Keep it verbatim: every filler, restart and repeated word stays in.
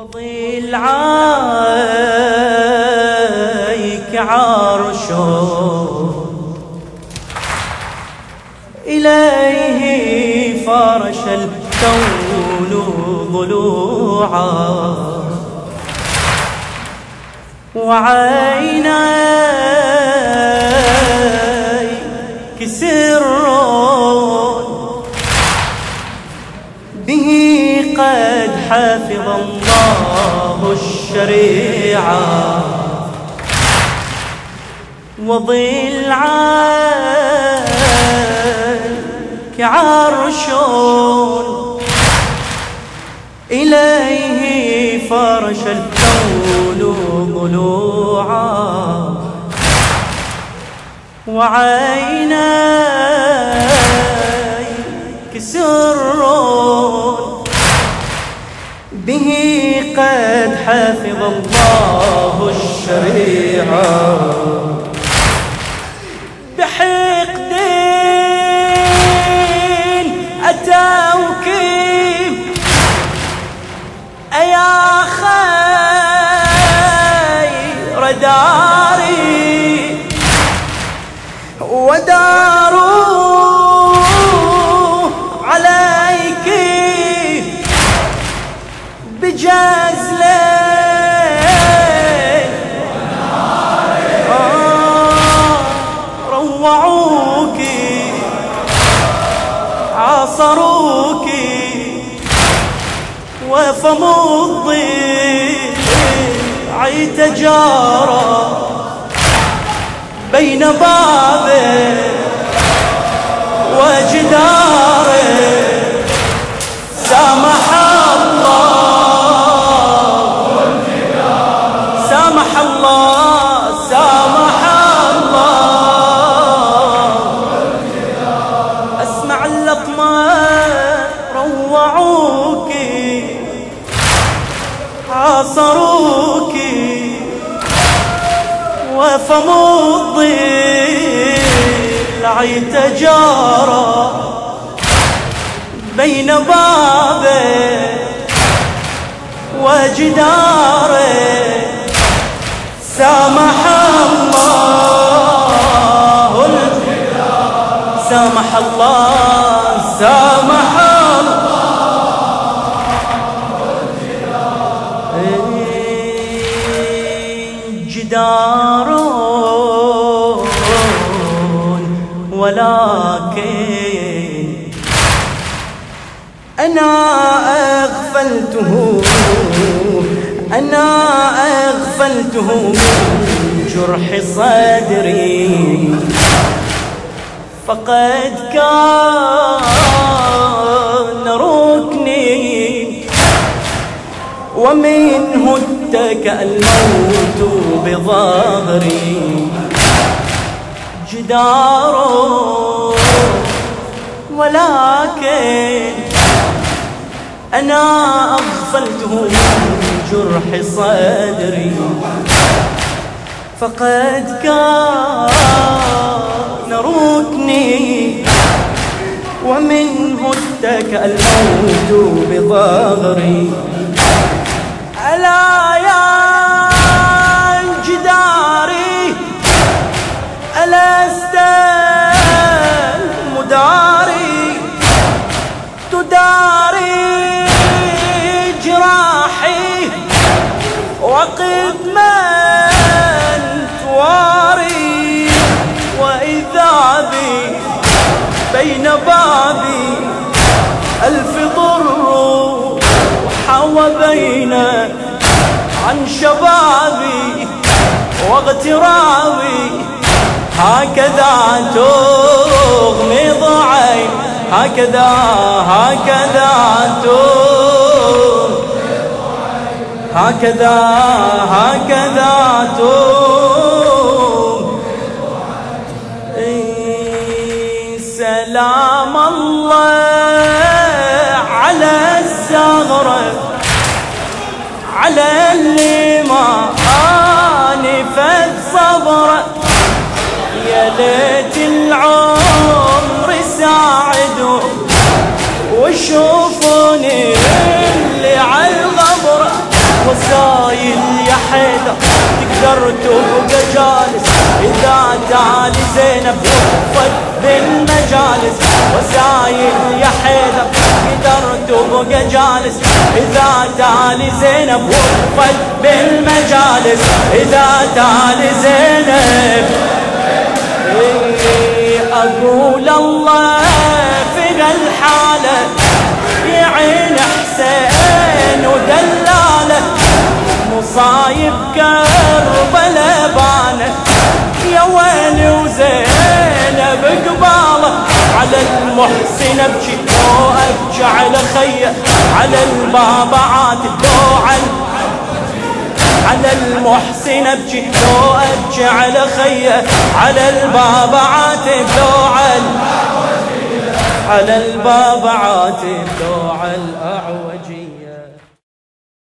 وظل عايك عرشه إليه فرش الكون ضلوعا وعينيك سر به قد حفظ الله الشريعة وظل عايك عرش إليه فرش الكون ضلوعا وعينيك سر به قد حفظ الله الشريعة بحقد أتوك أيا خير داري وداروا عليك بجزل روعوك عاصروك وفموا الضيع تجارى بين بابه وجداره سامح الله سامح الله سامح الله اسمع اللطمة روعوك عاصروك وفموا الضلع تجارى بين بابه وجداره سامح الله سامح الله سامح جدارون ولكن أنا أغفلته أنا أغفلته من جرح صدري فقد كان ركني ومنه اتكأ الموت بظهري جدار ولكن أنا أغفلته من جرح صدري فقد كان ركني ومنه اتكأ الموت بظهري ألا يا جداري ألست مداري تداري جراحي وقد من تواري وإذا بي بين بابي ألف ضر وبين عن شبابي واغترابي هكذا تغمض عين هكذا هكذا تغمض هكذا هكذا تغمض سلام الله على الزهرة على اللي ما آنفت صبره يا ليت العمر ساعده وشوفوني اللي عالغبرة وسايل يا حيدر تقدر تبقى جالس إذا تالي زينب وقفت بالمجالس. وسايل يا حيدر تقدر تبقى جالس إذا تالي زينب وقفت بالمجالس. إذا تالي زينب أقول الله في هالحالة يعين حسين ودلاله مصايب كربلاء بانه يا ويلي وزينب قباله. على المحسن ابكي لو ابكي على خيه على الباب عاتب لو عن على المحسن ابكي لو ابكي على خيه على الباب عاتب لو عن على الباب عاتب لو